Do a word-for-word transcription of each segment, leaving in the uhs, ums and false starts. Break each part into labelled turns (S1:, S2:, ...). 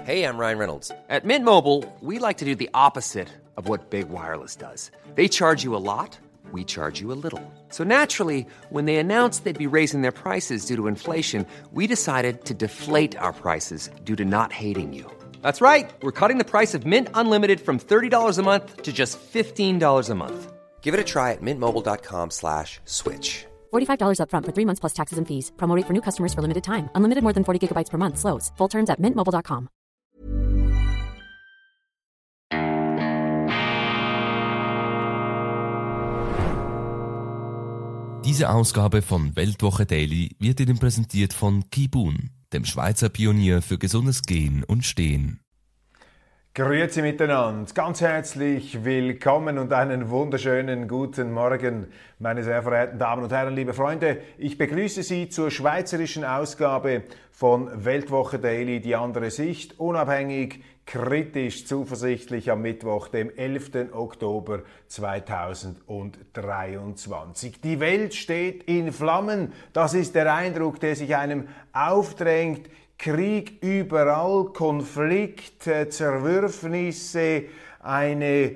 S1: Hey, I'm Ryan Reynolds. At Mint Mobile, we like to do the opposite of what Big Wireless does. They charge you a lot, we charge you a little. So naturally, when they announced they'd be raising their prices due to inflation, we decided to deflate our prices due to not hating you. That's right. We're cutting the price of Mint Unlimited from thirty dollars a month to just fifteen dollars a month. Give it a try at mintmobile.com slash switch.
S2: forty-five dollars up front for three months plus taxes and fees. Promo rate for new customers for limited time. Unlimited more than forty gigabytes per month. Slows full terms at mint mobile dot com.
S3: Diese Ausgabe von Weltwoche Daily wird Ihnen präsentiert von Kibun, dem Schweizer Pionier für gesundes Gehen und Stehen.
S4: Grüezi miteinander, ganz herzlich willkommen und einen wunderschönen guten Morgen, meine sehr verehrten Damen und Herren, liebe Freunde. Ich begrüße Sie zur schweizerischen Ausgabe von Weltwoche Daily, die andere Sicht, unabhängig, kritisch, zuversichtlich am Mittwoch, dem elften Oktober zweitausenddreiundzwanzig. Die Welt steht in Flammen, das ist der Eindruck, der sich einem aufdrängt. Krieg überall, Konflikt, Zerwürfnisse, eine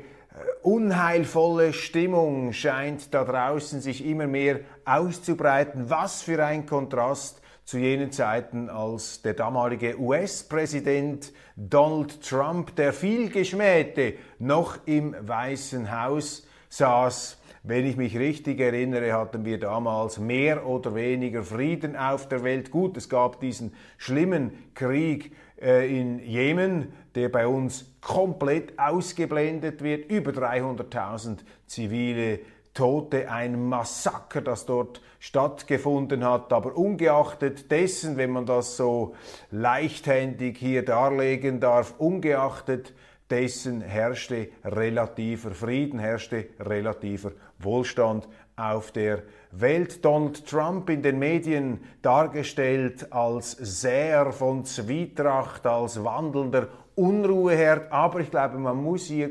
S4: unheilvolle Stimmung scheint da draußen sich immer mehr auszubreiten. Was für ein Kontrast zu jenen Zeiten, als der damalige U S-Präsident Donald Trump, der vielgeschmähte, noch im Weißen Haus saß. Wenn ich mich richtig erinnere, hatten wir damals mehr oder weniger Frieden auf der Welt. Gut, es gab diesen schlimmen Krieg äh, in Jemen, der bei uns komplett ausgeblendet wird. Über dreihunderttausend zivile Tote, ein Massaker, das dort stattgefunden hat. Aber ungeachtet dessen, wenn man das so leichthändig hier darlegen darf, ungeachtet dessen herrschte relativer Frieden, herrschte relativer Wohlstand auf der Welt. Donald Trump in den Medien dargestellt als Säer von Zwietracht, als wandelnder Unruheherd. Aber ich glaube, man muss hier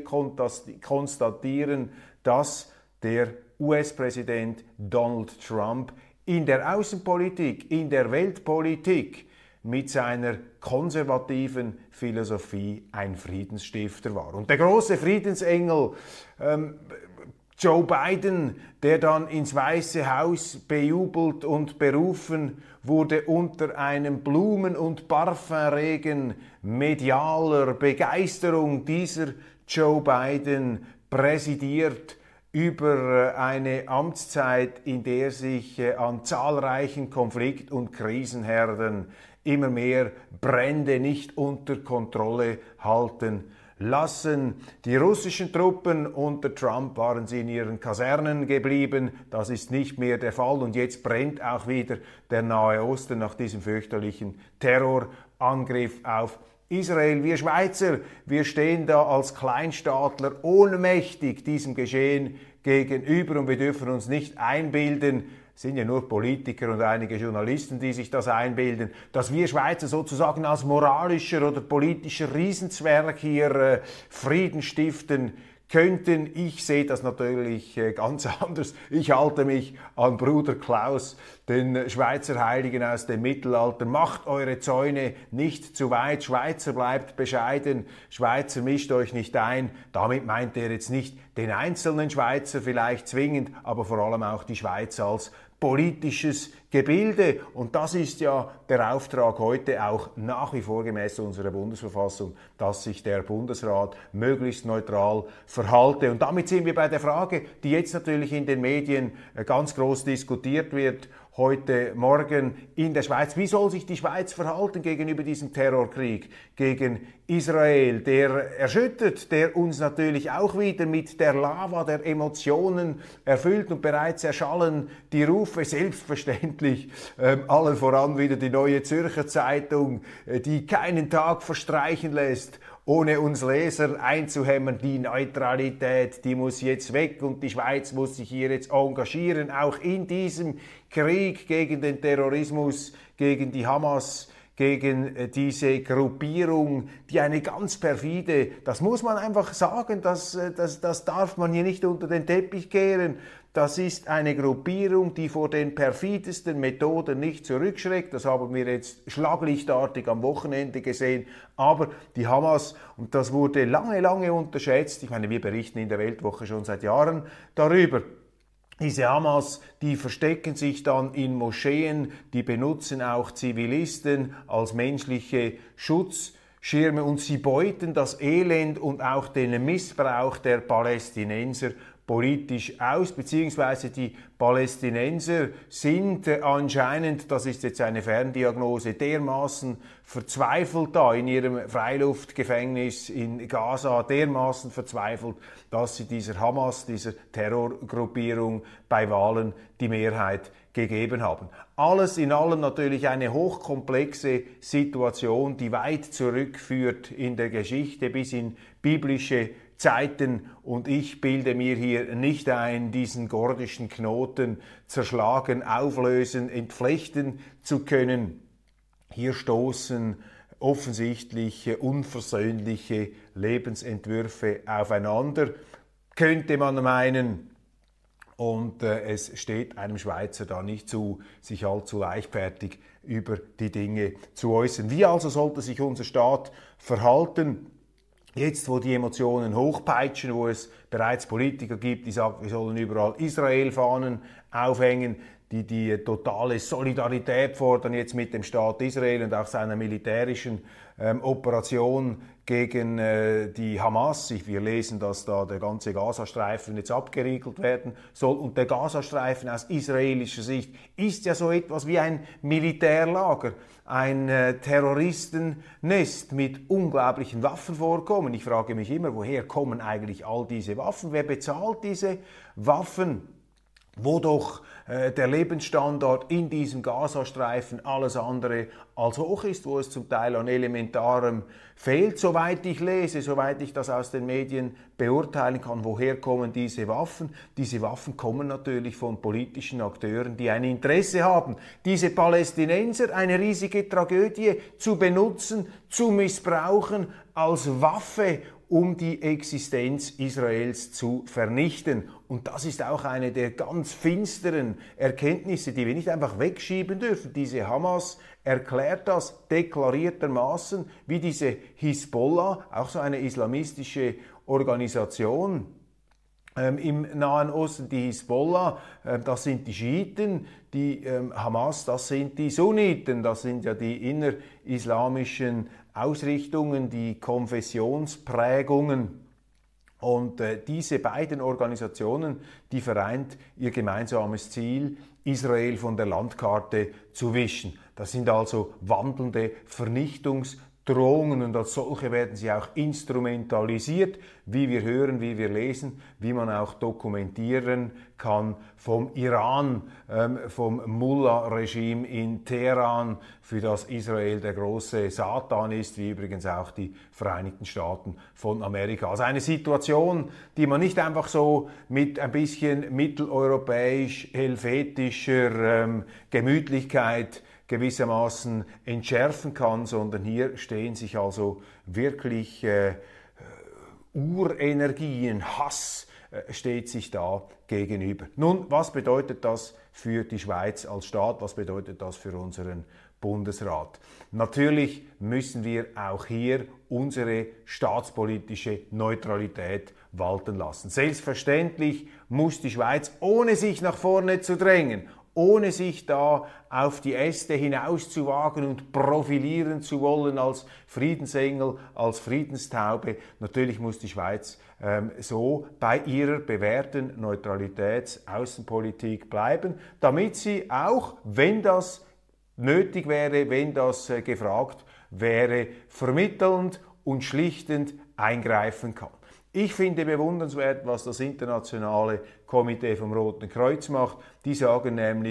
S4: konstatieren, dass der U S-Präsident Donald Trump in der Außenpolitik, in der Weltpolitik mit seiner konservativen Philosophie ein Friedensstifter war. Und der große Friedensengel ähm, Joe Biden, der dann ins Weiße Haus bejubelt und berufen wurde unter einem Blumen- und Parfumregen medialer Begeisterung, dieser Joe Biden präsidiert über eine Amtszeit, in der sich an zahlreichen Konflikt- und Krisenherden immer mehr Brände nicht unter Kontrolle halten lassen. Die russischen Truppen unter Trump waren sie in ihren Kasernen geblieben. Das ist nicht mehr der Fall und jetzt brennt auch wieder der Nahe Osten nach diesem fürchterlichen Terrorangriff auf Israel. Wir Schweizer, wir stehen da als Kleinstaatler ohnmächtig diesem Geschehen gegenüber und wir dürfen uns nicht einbilden, es sind ja nur Politiker und einige Journalisten, die sich das einbilden, dass wir Schweizer sozusagen als moralischer oder politischer Riesenzwerg hier äh, Frieden stiften könnten. Ich sehe das natürlich äh, ganz anders. Ich halte mich an Bruder Klaus, den Schweizer Heiligen aus dem Mittelalter. Macht eure Zäune nicht zu weit. Schweizer bleibt bescheiden. Schweizer mischt euch nicht ein. Damit meint er jetzt nicht den einzelnen Schweizer vielleicht zwingend, aber vor allem auch die Schweiz als politisches Gebilde. Und das ist ja der Auftrag heute auch nach wie vor gemäß unserer Bundesverfassung, dass sich der Bundesrat möglichst neutral verhalte. Und damit sind wir bei der Frage, die jetzt natürlich in den Medien ganz groß diskutiert wird, heute Morgen in der Schweiz. Wie soll sich die Schweiz verhalten gegenüber diesem Terrorkrieg gegen Israel? Der erschüttert, der uns natürlich auch wieder mit der Lava der Emotionen erfüllt und bereits erschallen die Rufe, selbstverständlich ähm, allen voran wieder die Neue Zürcher Zeitung, äh, die keinen Tag verstreichen lässt, ohne uns Leser einzuhämmern, die Neutralität, die muss jetzt weg und die Schweiz muss sich hier jetzt engagieren, auch in diesem Krieg gegen den Terrorismus, gegen die Hamas, gegen diese Gruppierung, die eine ganz perfide, das muss man einfach sagen, das, das, das darf man hier nicht unter den Teppich kehren. Das ist eine Gruppierung, die vor den perfidesten Methoden nicht zurückschreckt. Das haben wir jetzt schlaglichtartig am Wochenende gesehen. Aber die Hamas, und das wurde lange, lange unterschätzt, ich meine, wir berichten in der Weltwoche schon seit Jahren darüber, diese Hamas, die verstecken sich dann in Moscheen, die benutzen auch Zivilisten als menschliche Schutzschirme und sie beuten das Elend und auch den Missbrauch der Palästinenser politisch aus, beziehungsweise die Palästinenser sind äh, anscheinend, das ist jetzt eine Ferndiagnose, dermaßen verzweifelt da in ihrem Freiluftgefängnis in Gaza, dermaßen verzweifelt, dass sie dieser Hamas, dieser Terrorgruppierung bei Wahlen die Mehrheit gegeben haben. Alles in allem natürlich eine hochkomplexe Situation, die weit zurückführt in der Geschichte bis in biblische Zeiten, und ich bilde mir hier nicht ein, diesen gordischen Knoten zerschlagen, auflösen, entflechten zu können. Hier stoßen offensichtlich unversöhnliche Lebensentwürfe aufeinander, könnte man meinen. Und äh, es steht einem Schweizer da nicht zu, sich allzu leichtfertig über die Dinge zu äußern. Wie also sollte sich unser Staat verhalten? Jetzt, wo die Emotionen hochpeitschen, wo es bereits Politiker gibt, die sagen, wir sollen überall Israel-Fahnen aufhängen, die die totale Solidarität fordern jetzt mit dem Staat Israel und auch seiner militärischen ähm, Operation gegen äh, die Hamas. Ich, wir lesen, dass da der ganze Gazastreifen jetzt abgeriegelt werden soll. Und der Gazastreifen aus israelischer Sicht ist ja so etwas wie ein Militärlager, ein äh, Terroristennest mit unglaublichen Waffenvorkommen. Ich frage mich immer, woher kommen eigentlich all diese Waffen? Wer bezahlt diese Waffen? Wo doch äh, der Lebensstandard in diesem Gazastreifen alles andere als hoch ist, wo es zum Teil an Elementarem fehlt, soweit ich lese, soweit ich das aus den Medien beurteilen kann. Woher kommen diese Waffen? Diese Waffen kommen natürlich von politischen Akteuren, die ein Interesse haben, diese Palästinenser, eine riesige Tragödie, zu benutzen, zu missbrauchen als Waffe, um die Existenz Israels zu vernichten. Und das ist auch eine der ganz finsteren Erkenntnisse, die wir nicht einfach wegschieben dürfen. Diese Hamas erklärt das deklariertermaßen, wie diese Hisbollah, auch so eine islamistische Organisation ähm, im Nahen Osten. Die Hisbollah, äh, das sind die Schiiten, die ähm, Hamas, das sind die Sunniten, das sind ja die innerislamischen Ausrichtungen, die Konfessionsprägungen. Und äh, diese beiden Organisationen, die vereint ihr gemeinsames Ziel, Israel von der Landkarte zu wischen. Das sind also wandelnde Vernichtungsdrohungen und als solche werden sie auch instrumentalisiert, wie wir hören, wie wir lesen, wie man auch dokumentieren kann vom Iran, ähm, vom Mullah-Regime in Teheran, für das Israel der große Satan ist, wie übrigens auch die Vereinigten Staaten von Amerika. Also eine Situation, die man nicht einfach so mit ein bisschen mitteleuropäisch-helvetischer ähm, Gemütlichkeit gewissermaßen entschärfen kann, sondern hier stehen sich also wirklich äh, Urenergien, Hass äh, steht sich da gegenüber. Nun, was bedeutet das für die Schweiz als Staat? Was bedeutet das für unseren Bundesrat? Natürlich müssen wir auch hier unsere staatspolitische Neutralität walten lassen. Selbstverständlich muss die Schweiz, ohne sich nach vorne zu drängen, ohne sich da auf die Äste hinauszuwagen und profilieren zu wollen als Friedensengel, als Friedenstaube. Natürlich muss die Schweiz ähm, so bei ihrer bewährten Neutralitäts-Außenpolitik bleiben, damit sie auch, wenn das nötig wäre, wenn das äh, gefragt wäre, vermittelnd und schlichtend eingreifen kann. Ich finde bewundernswert, was das internationale Komitee vom Roten Kreuz macht. Die sagen nämlich,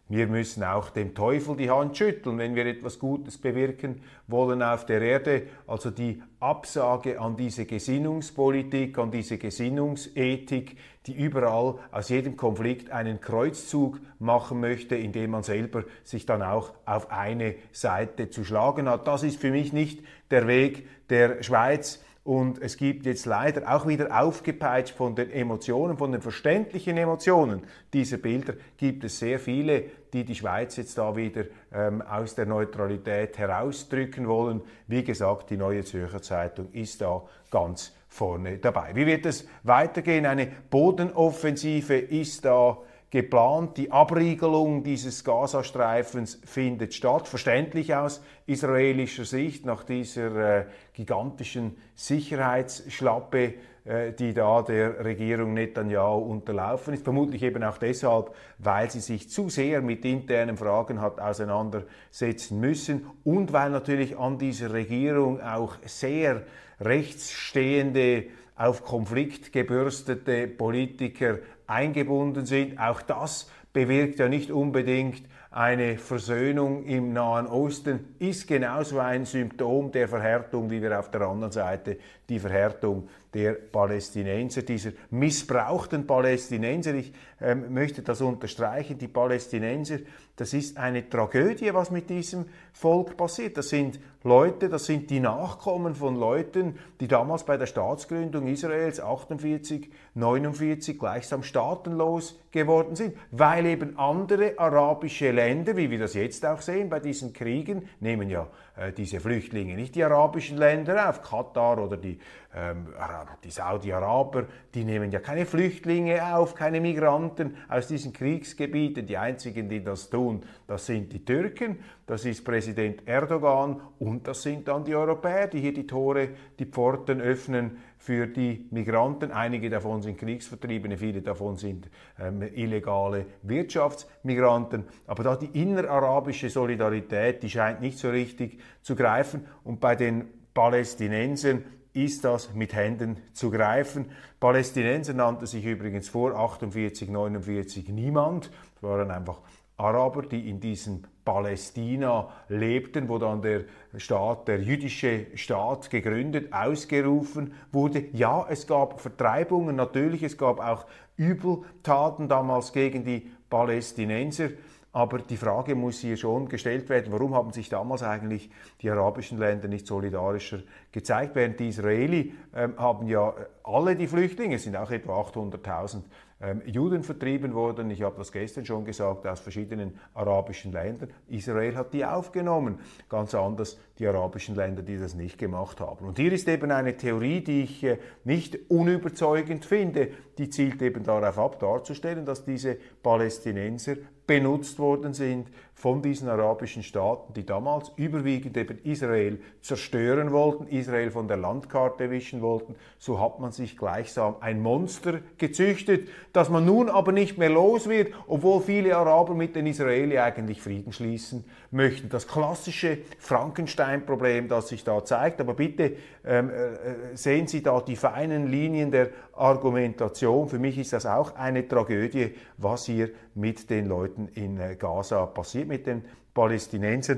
S4: wir müssen auch dem Teufel die Hand schütteln, wenn wir etwas Gutes bewirken wollen auf der Erde. Also die Absage an diese Gesinnungspolitik, an diese Gesinnungsethik, die überall aus jedem Konflikt einen Kreuzzug machen möchte, indem man selber sich dann auch auf eine Seite zu schlagen hat. Das ist für mich nicht der Weg der Schweiz. Und es gibt jetzt leider auch wieder aufgepeitscht von den Emotionen, von den verständlichen Emotionen dieser Bilder, gibt es sehr viele, die die Schweiz jetzt da wieder ähm, aus der Neutralität herausdrücken wollen. Wie gesagt, die Neue Zürcher Zeitung ist da ganz vorne dabei. Wie wird es weitergehen? Eine Bodenoffensive ist da geplant. Die Abriegelung dieses Gazastreifens findet statt, verständlich aus israelischer Sicht, nach dieser äh, gigantischen Sicherheitsschlappe, äh, die da der Regierung Netanyahu unterlaufen ist. Vermutlich eben auch deshalb, weil sie sich zu sehr mit internen Fragen hat auseinandersetzen müssen und weil natürlich an dieser Regierung auch sehr rechtsstehende, auf Konflikt gebürstete Politiker eingebunden sind. Auch das bewirkt ja nicht unbedingt eine Versöhnung im Nahen Osten, ist genauso ein Symptom der Verhärtung, wie wir auf der anderen Seite die Verhärtung der Palästinenser, dieser missbrauchten Palästinenser. Ich ähm, möchte das unterstreichen, die Palästinenser, das ist eine Tragödie, was mit diesem Volk passiert. Das sind Leute, das sind die Nachkommen von Leuten, die damals bei der Staatsgründung Israels achtundvierzig, neunundvierzig gleichsam staatenlos geworden sind, weil eben andere arabische Länder, wie wir das jetzt auch sehen bei diesen Kriegen, nehmen ja äh, diese Flüchtlinge nicht die arabischen Länder auf, Katar oder die, ähm, die Saudi-Araber, die nehmen ja keine Flüchtlinge auf, keine Migranten aus diesen Kriegsgebieten. Die einzigen, die das tun, das sind die Türken, das ist Präsident Erdogan und das sind dann die Europäer, die hier die Tore, die Pforten öffnen für die Migranten. Einige davon sind Kriegsvertriebene, viele davon sind ähm, illegale Wirtschaftsmigranten. Aber da die innerarabische Solidarität, die scheint nicht so richtig zu greifen. Und bei den Palästinensern ist das mit Händen zu greifen. Palästinenser nannte sich übrigens vor achtundvierzig, neunundvierzig niemand. Es waren einfach Araber, die in diesem Palästina lebten, wo dann der Staat, der jüdische Staat gegründet, ausgerufen wurde. Ja, es gab Vertreibungen, natürlich, es gab auch Übeltaten damals gegen die Palästinenser. Aber die Frage muss hier schon gestellt werden, warum haben sich damals eigentlich die arabischen Länder nicht solidarischer gezeigt? Während die Israeli ähm, haben ja alle die Flüchtlinge, es sind auch etwa achthunderttausend ähm, Juden vertrieben worden, ich habe das gestern schon gesagt, aus verschiedenen arabischen Ländern. Israel hat die aufgenommen, ganz anders die arabischen Länder, die das nicht gemacht haben. Und hier ist eben eine Theorie, die ich äh, nicht unüberzeugend finde, die zielt eben darauf ab, darzustellen, dass diese Palästinenser benutzt worden sind von diesen arabischen Staaten, die damals überwiegend eben Israel zerstören wollten, Israel von der Landkarte wischen wollten. So hat man sich gleichsam ein Monster gezüchtet, das man nun aber nicht mehr los wird, obwohl viele Araber mit den Israeli eigentlich Frieden schließen möchten. Das klassische Frankenstein-Problem, das sich da zeigt. Aber bitte ähm, äh, sehen Sie da die feinen Linien der Argumentation. Für mich ist das auch eine Tragödie, was hier mit den Leuten in Gaza passiert, mit den Palästinensern,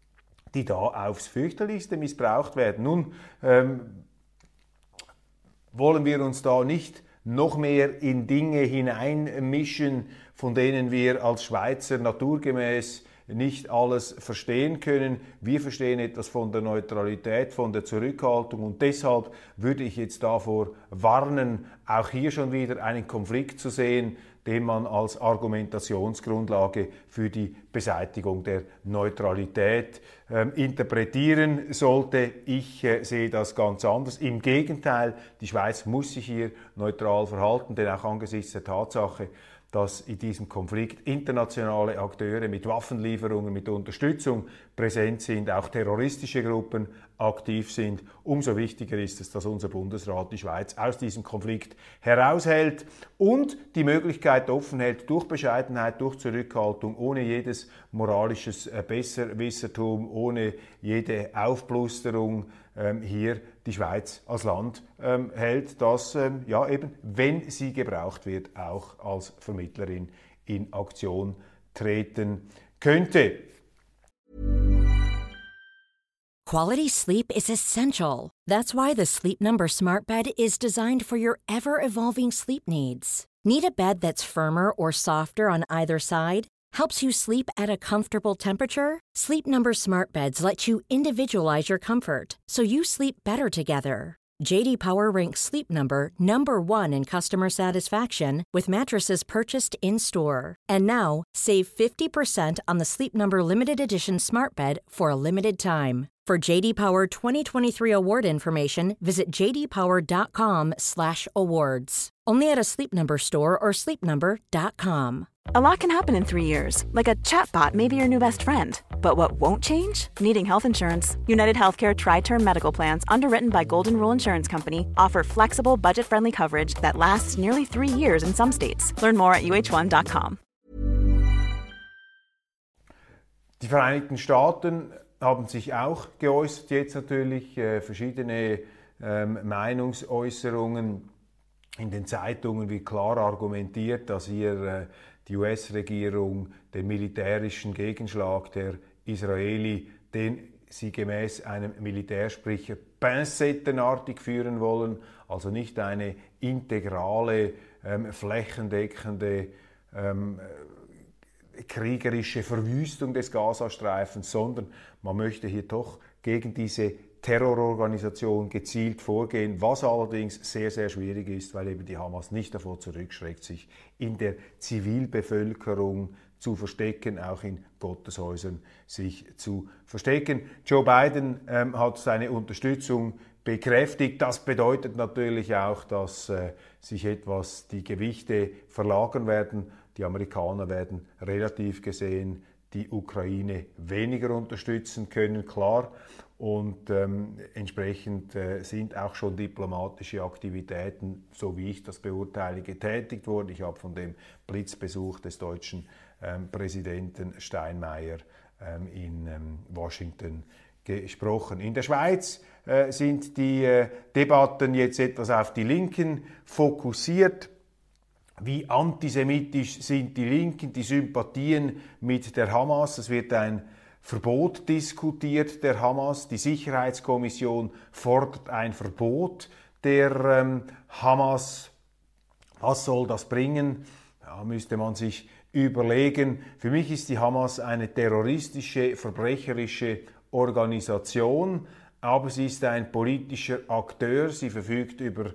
S4: die da aufs Fürchterlichste missbraucht werden. Nun ähm, wollen wir uns da nicht noch mehr in Dinge hineinmischen, von denen wir als Schweizer naturgemäß nicht alles verstehen können. Wir verstehen etwas von der Neutralität, von der Zurückhaltung und deshalb würde ich jetzt davor warnen, auch hier schon wieder einen Konflikt zu sehen, den man als Argumentationsgrundlage für die Beseitigung der Neutralität äh, interpretieren sollte. Ich äh, sehe das ganz anders. Im Gegenteil, die Schweiz muss sich hier neutral verhalten, denn auch angesichts der Tatsache, dass in diesem Konflikt internationale Akteure mit Waffenlieferungen, mit Unterstützung präsent sind, auch terroristische Gruppen aktiv sind. Umso wichtiger ist es, dass unser Bundesrat die Schweiz aus diesem Konflikt heraushält und die Möglichkeit offen hält, durch Bescheidenheit, durch Zurückhaltung, ohne jedes moralisches Besserwissertum, ohne jede Aufblusterung, ähm, hier die Schweiz als Land ähm, hält, das ähm, ja eben, wenn sie gebraucht wird, auch als Vermittlerin in Aktion treten könnte.
S5: Quality sleep is essential. That's why the Sleep Number Smart Bed is designed for your ever-evolving sleep needs. Need a bed that's firmer or softer on either side? Helps you sleep at a comfortable temperature? Sleep Number Smart Beds let you individualize your comfort, so you sleep better together. J D Power ranks Sleep Number number one in customer satisfaction with mattresses purchased in-store. And now, save fifty percent on the Sleep Number Limited Edition Smart Bed for a limited time. For J D Power twenty twenty-three award information, visit j d power dot com slash awards. Only at a Sleep Number store or sleep number dot com.
S6: A lot can happen in three years, like a chatbot may be your new best friend. But what won't change? Needing health insurance. United Healthcare Tri-Term Medical Plans, underwritten by Golden Rule Insurance Company, offer flexible, budget-friendly coverage that lasts nearly three years in some states. Learn more at u h one dot com.
S4: Die Vereinigten Staaten haben sich auch geäußert, jetzt natürlich äh, verschiedene ähm, Meinungsäußerungen. In den Zeitungen wird klar argumentiert, dass hier äh, die U S-Regierung den militärischen Gegenschlag der Israeli, den sie gemäß einem Militärsprecher pincettenartig führen wollen, also nicht eine integrale, ähm, flächendeckende, ähm, kriegerische Verwüstung des Gazastreifens, sondern man möchte hier doch gegen diese Terrororganisation gezielt vorgehen, was allerdings sehr, sehr schwierig ist, weil eben die Hamas nicht davor zurückschreckt, sich in der Zivilbevölkerung zu verstecken, auch in Gotteshäusern sich zu verstecken. Joe Biden ähm, hat seine Unterstützung bekräftigt. Das bedeutet natürlich auch, dass äh, sich etwas die Gewichte verlagern werden. Die Amerikaner werden relativ gesehen die Ukraine weniger unterstützen können, klar. Und ähm, entsprechend äh, sind auch schon diplomatische Aktivitäten, so wie ich das beurteile, getätigt worden. Ich habe von dem Blitzbesuch des deutschen ähm, Präsidenten Steinmeier ähm, in ähm, Washington gesprochen. In der Schweiz äh, sind die äh, Debatten jetzt etwas auf die Linken fokussiert. Wie antisemitisch sind die Linken, die Sympathien mit der Hamas? Es wird ein Verbot diskutiert der Hamas. Die Sicherheitskommission fordert ein Verbot der ähm, Hamas. Was soll das bringen? Ja, müsste man sich überlegen. Für mich ist die Hamas eine terroristische, verbrecherische Organisation, aber sie ist ein politischer Akteur. Sie verfügt über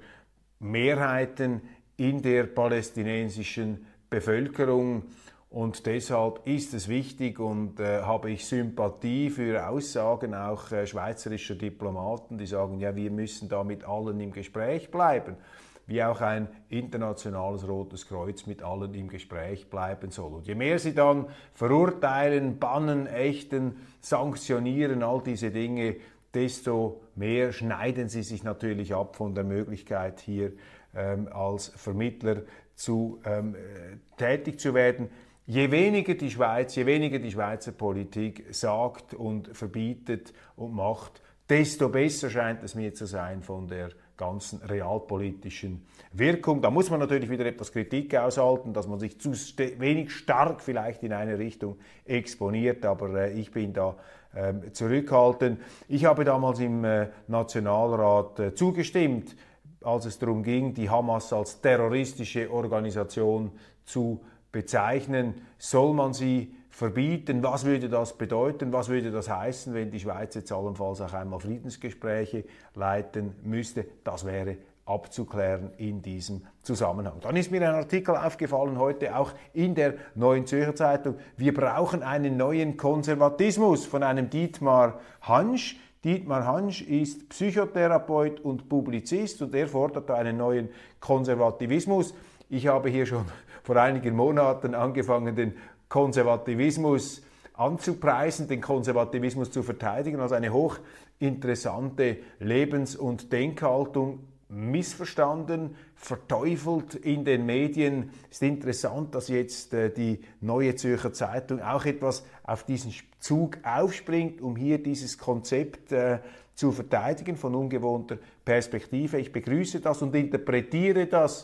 S4: Mehrheiten in der palästinensischen Bevölkerung. Und deshalb ist es wichtig und äh, habe ich Sympathie für Aussagen auch äh, schweizerischer Diplomaten, die sagen, ja, wir müssen da mit allen im Gespräch bleiben, wie auch ein internationales Rotes Kreuz mit allen im Gespräch bleiben soll. Und je mehr sie dann verurteilen, bannen, ächten, sanktionieren, all diese Dinge, desto mehr schneiden sie sich natürlich ab von der Möglichkeit, hier ähm, als Vermittler zu, ähm, tätig zu werden. Je weniger die Schweiz, je weniger die Schweizer Politik sagt und verbietet und macht, desto besser scheint es mir zu sein von der ganzen realpolitischen Wirkung. Da muss man natürlich wieder etwas Kritik aushalten, dass man sich zu wenig stark vielleicht in eine Richtung exponiert, aber äh, ich bin da äh, zurückhaltend. Ich habe damals im äh, Nationalrat äh, zugestimmt, als es darum ging, die Hamas als terroristische Organisation zu bezeichnen. Soll man sie verbieten? Was würde das bedeuten? Was würde das heißen, wenn die Schweiz jetzt allenfalls auch einmal Friedensgespräche leiten müsste? Das wäre abzuklären in diesem Zusammenhang. Dann ist mir ein Artikel aufgefallen heute auch in der Neuen Zürcher Zeitung. Wir brauchen einen neuen Konservatismus von einem Dietmar Hansch. Dietmar Hansch ist Psychotherapeut und Publizist und er fordert einen neuen Konservativismus. Ich habe hier schon vor einigen Monaten angefangen, den Konservativismus anzupreisen, den Konservativismus zu verteidigen, als eine hochinteressante Lebens- und Denkhaltung, missverstanden, verteufelt in den Medien. Es ist interessant, dass jetzt äh, die Neue Zürcher Zeitung auch etwas auf diesen Zug aufspringt, um hier dieses Konzept äh, zu verteidigen von ungewohnter Perspektive. Ich begrüße das und interpretiere das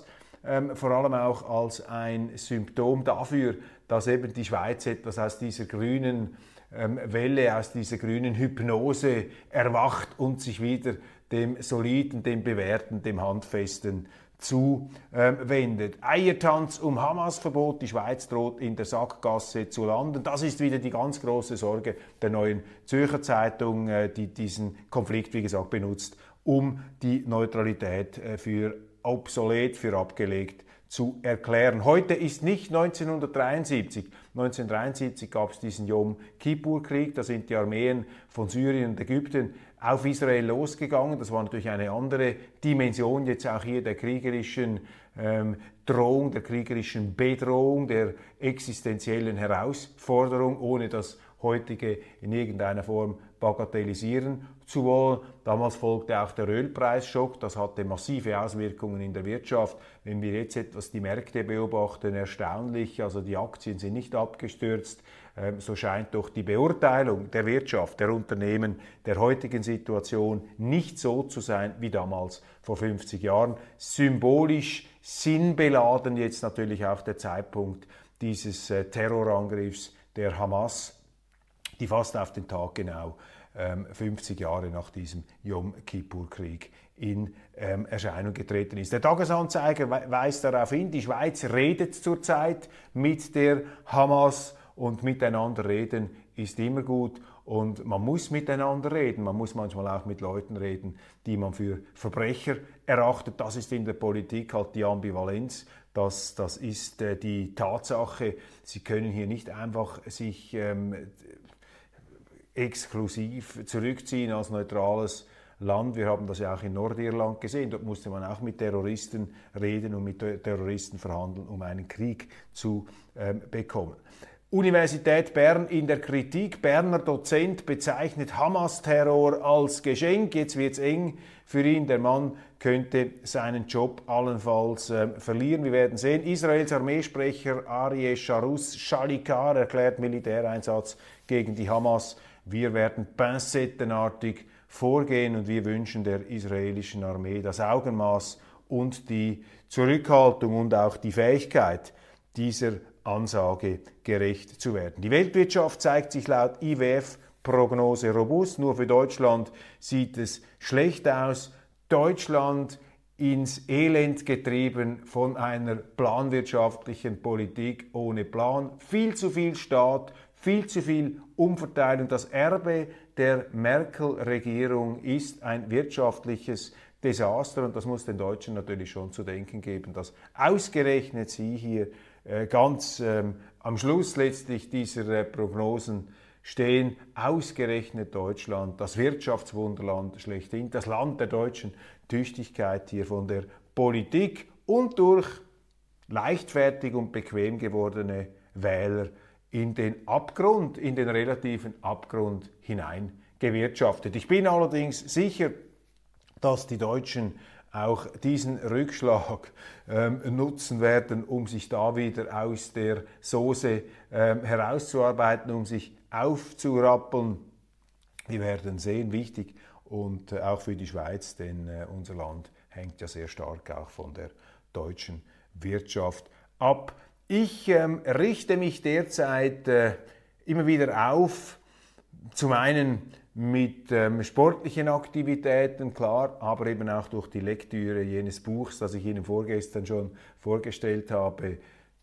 S4: ähm, vor allem auch als ein Symptom dafür, dass eben die Schweiz etwas aus dieser grünen ähm, Welle, aus dieser grünen Hypnose erwacht und sich wieder dem Soliden, dem Bewährten, dem Handfesten zuwendet. Eiertanz um Hamas-Verbot, die Schweiz droht in der Sackgasse zu landen. Das ist wieder die ganz große Sorge der Neuen Zürcher Zeitung, die diesen Konflikt, wie gesagt, benutzt, um die Neutralität für obsolet, für abgelegt zu erklären. Heute ist nicht neunzehnhundertdreiundsiebzig. neunzehnhundertdreiundsiebzig gab es diesen Yom Kippur-Krieg, da sind die Armeen von Syrien und Ägypten auf Israel losgegangen. Das war natürlich eine andere Dimension, jetzt auch hier der kriegerischen ähm, Drohung, der kriegerischen Bedrohung, der existenziellen Herausforderung, ohne das heutige in irgendeiner Form bagatellisieren zu wollen. Damals folgte auch der Ölpreisschock, das hatte massive Auswirkungen in der Wirtschaft. Wenn wir jetzt etwas die Märkte beobachten, erstaunlich, also die Aktien sind nicht abgestürzt, ähm, so scheint doch die Beurteilung der Wirtschaft, der Unternehmen, der heutigen Situation nicht so zu sein wie damals vor fünfzig Jahren. Symbolisch, sinnbeladen jetzt natürlich auch der Zeitpunkt dieses äh, Terrorangriffs der Hamas, die fast auf den Tag genau ähm, fünfzig Jahre nach diesem Yom Kippur-Krieg in ähm, Erscheinung getreten ist. Der Tagesanzeiger we- weist darauf hin, die Schweiz redet zurzeit mit der Hamas und miteinander reden ist immer gut und man muss miteinander reden. Man muss manchmal auch mit Leuten reden, die man für Verbrecher erachtet. Das ist in der Politik halt die Ambivalenz. Das, das ist äh, die Tatsache. Sie können hier nicht einfach sich ähm, exklusiv zurückziehen als neutrales Land. Wir haben das ja auch in Nordirland gesehen. Dort musste man auch mit Terroristen reden und mit Terroristen verhandeln, um einen Krieg zu ähm, bekommen. Universität Bern in der Kritik. Berner Dozent bezeichnet Hamas-Terror als Geschenk. Jetzt wird es eng für ihn. Der Mann könnte seinen Job allenfalls äh, verlieren. Wir werden sehen. Israels Armeesprecher Aryeh Sharus Shalikar erklärt Militäreinsatz gegen die Hamas. Wir werden pinzettenartig vorgehen und wir wünschen der israelischen Armee das Augenmaß und die Zurückhaltung und auch die Fähigkeit, dieser Ansage gerecht zu werden. Die Weltwirtschaft zeigt sich laut I W F-Prognose robust. Nur für Deutschland sieht es schlecht aus. Deutschland ins Elend getrieben von einer planwirtschaftlichen Politik ohne Plan. Viel zu viel Staat, viel zu viel Umverteilung. Das Erbe der Merkel-Regierung ist ein wirtschaftliches Desaster und das muss den Deutschen natürlich schon zu denken geben, dass ausgerechnet sie hier äh, ganz ähm, am Schluss letztlich dieser äh, Prognosen stehen, ausgerechnet Deutschland, das Wirtschaftswunderland schlechthin, das Land der deutschen Tüchtigkeit hier von der Politik und durch leichtfertig und bequem gewordene Wähler in den Abgrund, in den relativen Abgrund hinein gewirtschaftet. Ich bin allerdings sicher, dass die Deutschen auch diesen Rückschlag ähm, nutzen werden, um sich da wieder aus der Soße ähm, herauszuarbeiten, um sich aufzurappeln. Wir werden sehen, wichtig und äh, auch für die Schweiz, denn äh, unser Land hängt ja sehr stark auch von der deutschen Wirtschaft ab. Ich ähm, richte mich derzeit äh, immer wieder auf, zum einen mit ähm, sportlichen Aktivitäten, klar, aber eben auch durch die Lektüre jenes Buchs, das ich Ihnen vorgestern schon vorgestellt habe,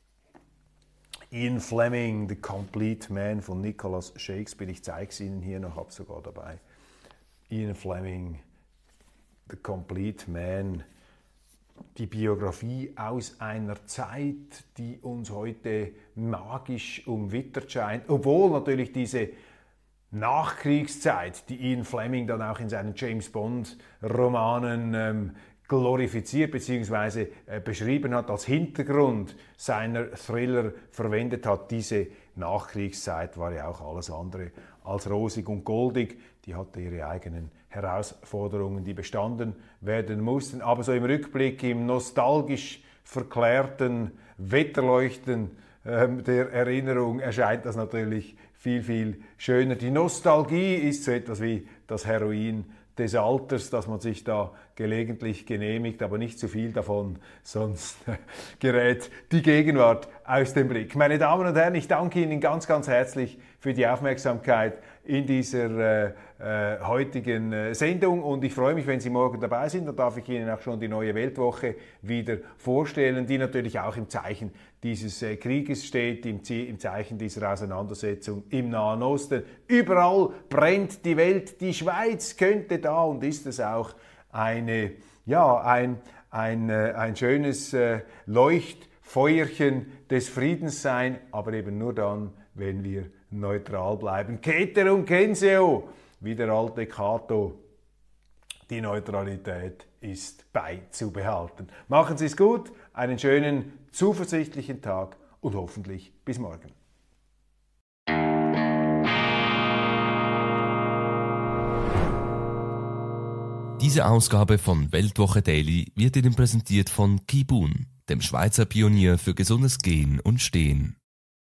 S4: Ian Fleming, The Complete Man von Nicholas Shakespeare. Ich zeige es Ihnen hier noch, habe es sogar dabei. Ian Fleming, The Complete Man, die Biografie aus einer Zeit, die uns heute magisch umwittert scheint, obwohl natürlich diese Nachkriegszeit, die Ian Fleming dann auch in seinen James-Bond-Romanen ähm, glorifiziert bzw. Äh, beschrieben hat, als Hintergrund seiner Thriller verwendet hat. Diese Nachkriegszeit war ja auch alles andere als rosig und goldig. Die hatte ihre eigenen Herausforderungen, die bestanden werden mussten. Aber so im Rückblick, im nostalgisch verklärten Wetterleuchten ähm, der Erinnerung erscheint das natürlich viel, viel schöner. Die Nostalgie ist so etwas wie das Heroin des Alters, dass man sich da gelegentlich genehmigt, aber nicht zu viel davon, sonst gerät die Gegenwart aus dem Blick. Meine Damen und Herren, ich danke Ihnen ganz, ganz herzlich für die Aufmerksamkeit in dieser äh, äh, heutigen äh, Sendung und ich freue mich, wenn Sie morgen dabei sind. Dann darf ich Ihnen auch schon die neue Weltwoche wieder vorstellen, die natürlich auch im Zeichen dieses äh, Krieges steht, im, im Zeichen dieser Auseinandersetzung im Nahen Osten. Überall brennt die Welt. Die Schweiz könnte da und ist es auch eine, ja, ein, ein, äh, ein schönes äh, Leuchtfeuerchen des Friedens sein, aber eben nur dann, wenn wir neutral bleiben. Ceterum censeo, wie der alte Cato, die Neutralität ist beizubehalten. Machen Sie es gut, einen schönen, zuversichtlichen Tag und hoffentlich bis morgen.
S3: Diese Ausgabe von Weltwoche Daily wird Ihnen präsentiert von Kibun, dem Schweizer Pionier für gesundes Gehen und Stehen.